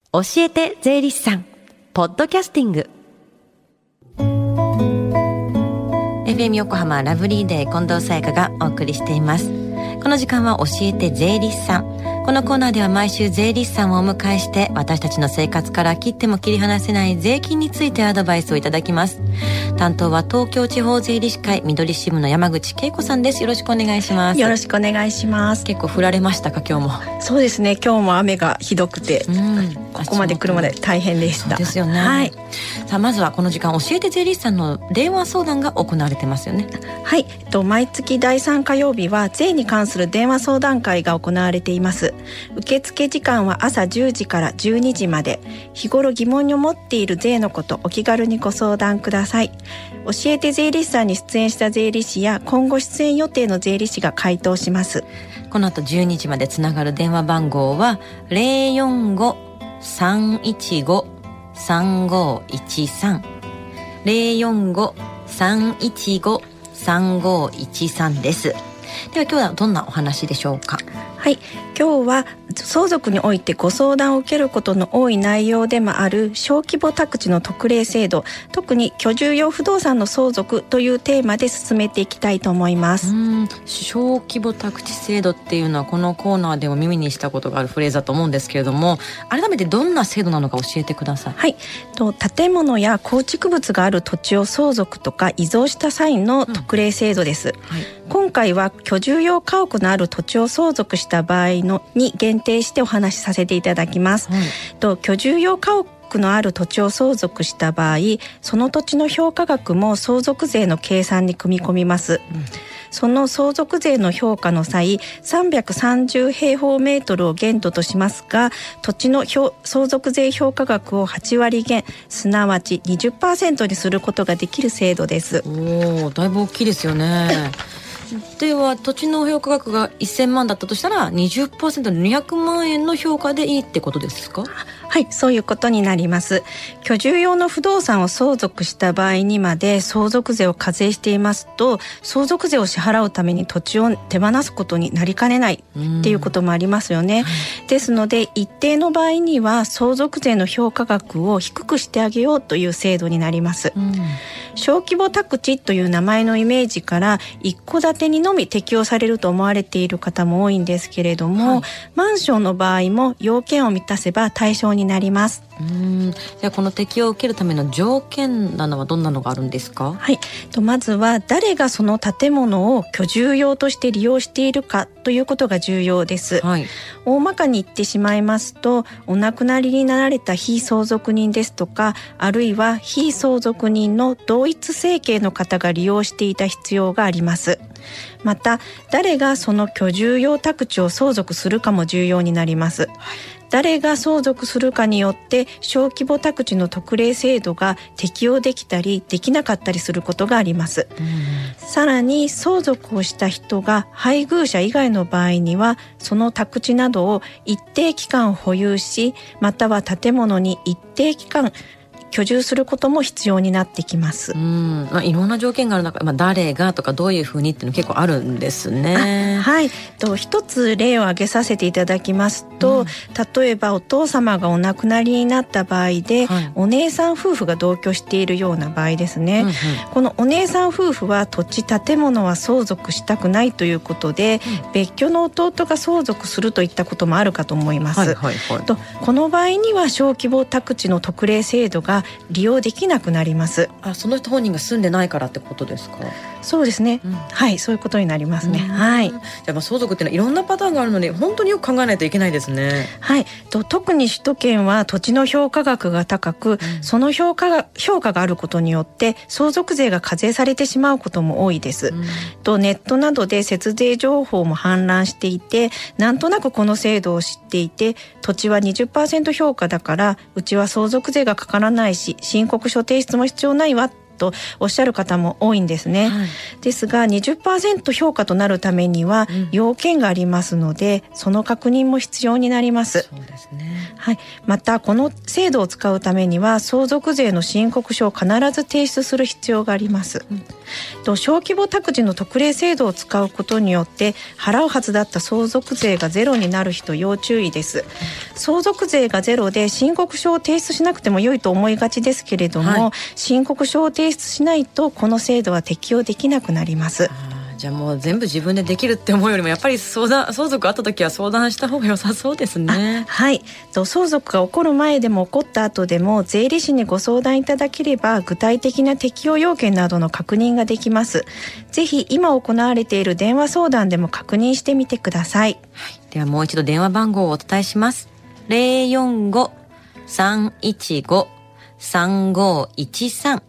教えて税理士さんポッドキャスティング。 FM 横浜ラブリーデー近藤沙耶香がお送りしています。この時間は教えて税理士さん。このコーナーでは毎週税理士さんをお迎えして、私たちの生活から切っても切り離せない税金についてアドバイスをいただきます。担当は東京地方税理士会緑支部の山口恵子さんです。よろしくお願いします。 よろしくお願いします。 結構降られましたか今日も。 そうですね、今日も雨がひどくて、ここまで来るまで大変でした。 そうですよね、はい。さあまずはこの時間教えて税理士さんの電話相談が行われてますよね。 はい、毎月第3火曜日は税に関する電話相談会が行われています。受付時間は朝10時から12時まで。日頃疑問に思っている税のことお気軽にご相談ください。教えて税理士さんに出演した税理士や今後出演予定の税理士が回答します。 この後12時までつながる電話番号は 045-315-3513 045-315-3513 です。では今日はどんなお話でしょうか。 はい、今日は相続においてご相談を受けることの多い内容でもある小規模宅地の特例制度、特に居住用不動産の相続というテーマで進めていきたいと思います。 小規模宅地制度っていうのはこのコーナーでも耳にしたことがあるフレーズだと思うんですけれども、改めてどんな制度なのか教えてください。 はい、建物や構築物がある土地を相続とか遺贈した際の特例制度です。今回は居住用家屋のある土地を相続した場合に限定してお話しさせていただきます。居住用家屋のある土地を相続した場合、その土地の評価額も相続税の計算に組み込みます。その相続税の評価の際、330平方メートルを限度としますが、土地の相続税評価額を8割減、すなわち 20% にすることができる制度です。 だいぶ大きいですよね。では土地の評価額が1000万だったとしたら 20% の200万円の評価でいいってことですか。 はい、そういうことになります。居住用の不動産を相続した場合にまで相続税を課税していますと、相続税を支払うために土地を手放すことになりかねないっていうこともありますよね。ですので一定の場合には相続税の評価額を低くしてあげようという制度になります。小規模宅地という名前のイメージから一戸建てにのみ適用されると思われている方も多いんですけれども、マンションの場合も要件を満たせば対象になります。 じゃあこの適用を受けるための条件なのはどんなのがあるんですか。 はい、まずは誰がその建物を居住用として利用しているかということが重要です。大まかに言ってしまいますと、お亡くなりになられた被相続人ですとか、あるいは被相続人の同一生計の方が利用していた必要があります。また誰がその居住用宅地を相続するかも重要になります。誰が相続するかによって小規模宅地の特例制度が適用できたりできなかったりすることがあります。さらに相続をした人が配偶者以外の場合には、その宅地などを一定期間保有し、または建物に一定期間居住することも必要になってきます。 いろんな条件がある中、誰がとかどういうふうにっていうの結構あるんですね。 はい、一つ例を挙げさせていただきますと、例えばお父様がお亡くなりになった場合で、お姉さん夫婦が同居しているような場合ですね。このお姉さん夫婦は土地建物は相続したくないということで、別居の弟が相続するといったこともあるかと思います。この場合には小規模宅地の特例制度が利用できなくなります。 その人本人が住んでないからってことですか。 そうですね、はい、そういうことになりますね。 じゃあ相続っていうのはいろんなパターンがあるので本当によく考えないといけないですね。 はい、特に首都圏は土地の評価額が高く、その評価があることによって相続税が課税されてしまうことも多いです。ネットなどで節税情報も氾濫していて、なんとなくこの制度を知っていて、土地は 20% 評価だからうちは相続税がかからないし申告書提出も必要ないわっとおっしゃる方も多いんですね、ですが 20% 評価となるためには要件がありますので、その確認も必要になります。 そうですね。 またこの制度を使うためには相続税の申告書を必ず提出する必要があります、小規模託児の特例制度を使うことによって払うはずだった相続税がゼロになる人要注意です、相続税がゼロで申告書を提出しなくても良いと思いがちですけれども、申告書を提出しないとこの制度は適用できなくなります。 じゃあもう全部自分でできるって思うよりもやっぱり相続あった時は相談した方が良さそうですね。 相続が起こる前でも起こった後でも税理士にご相談いただければ具体的な適用要件などの確認ができます。ぜひ今行われている電話相談でも確認してみてください。 ではもう一度電話番号をお伝えします。 045-315-3513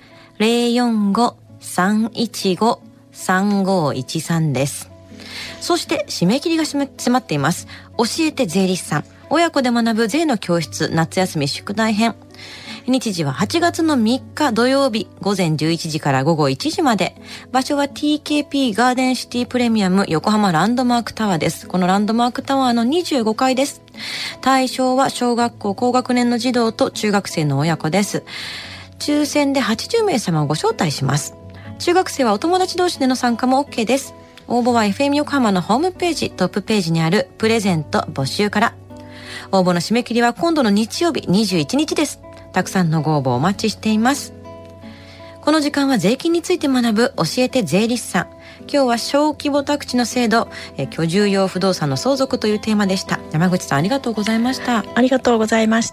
045-315-3513です。そして締め切りが迫っています。教えて税理士さん、親子で学ぶ税の教室夏休み宿題編。日時は8月の3日土曜日午前11時から午後1時まで。場所は TKP ガーデンシティプレミアム横浜ランドマークタワーです。このランドマークタワーの25階です。対象は小学校高学年の児童と中学生の親子です。抽選で80名様をご招待します。中学生はお友達同士での参加も OK です。応募は FM 横浜のホームページトップページにあるプレゼント募集から。応募の締め切りは今度の日曜日21日です。たくさんのご応募お待ちしています。この時間は税金について学ぶ教えて税理士さん。今日は小規模宅地の制度、居住用不動産の相続というテーマでした。山口さんありがとうございました。 ありがとうございました。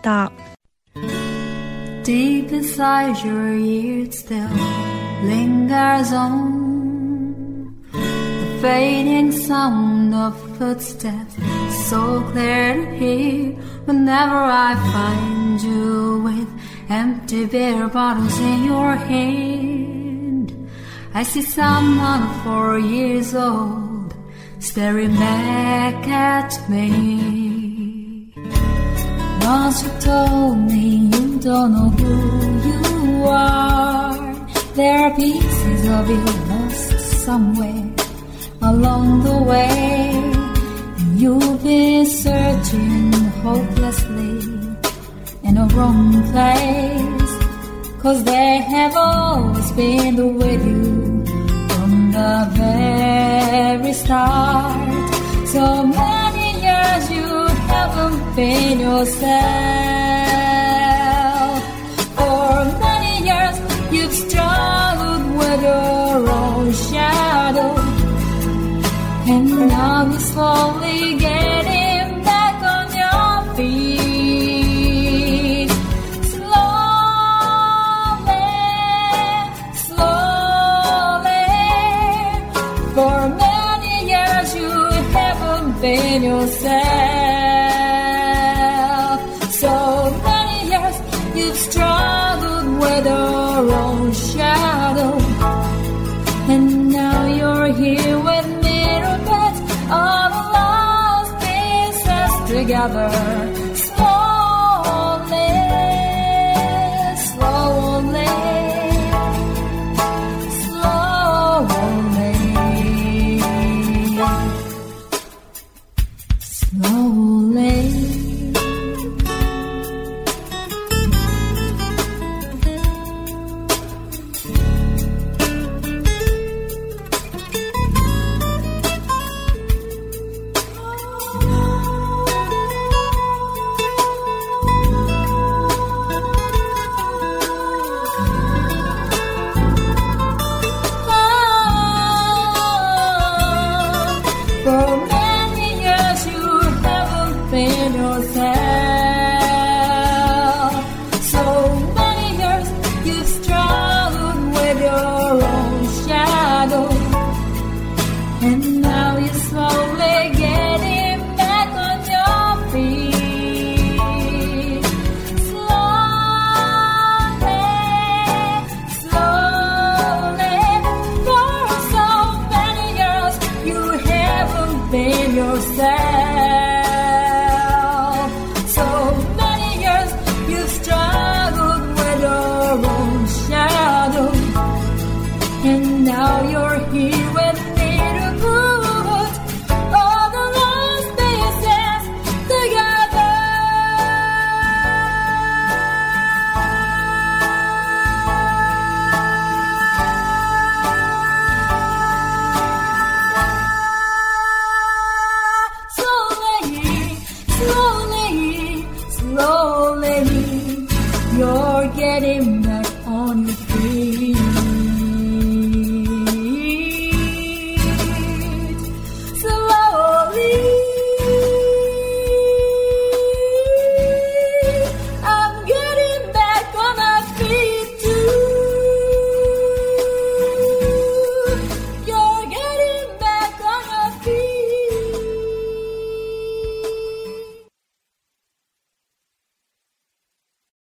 Deep inside your ears still lingers on the fading sound of footsteps, so clear to hear whenever I find you with empty beer bottles in your hand. I see someone 4 years old staring back at me. Once you told me you don't know who you are. There are pieces of you lost somewhere along the way. And you've been searching hopelessly in a wrong place. 'Cause they have always been with you from the very start. So many years you haven't been yourself. For many years you've struggled with your own shadow. And now you're slowly getting back on your feet. Slowly, slowly. For many years you haven't been yourself. So many years you've struggled with your own shadow. And now you're here with me to put all the lost pieces together. Slowly, slowly, slowly, slowly. forgetting that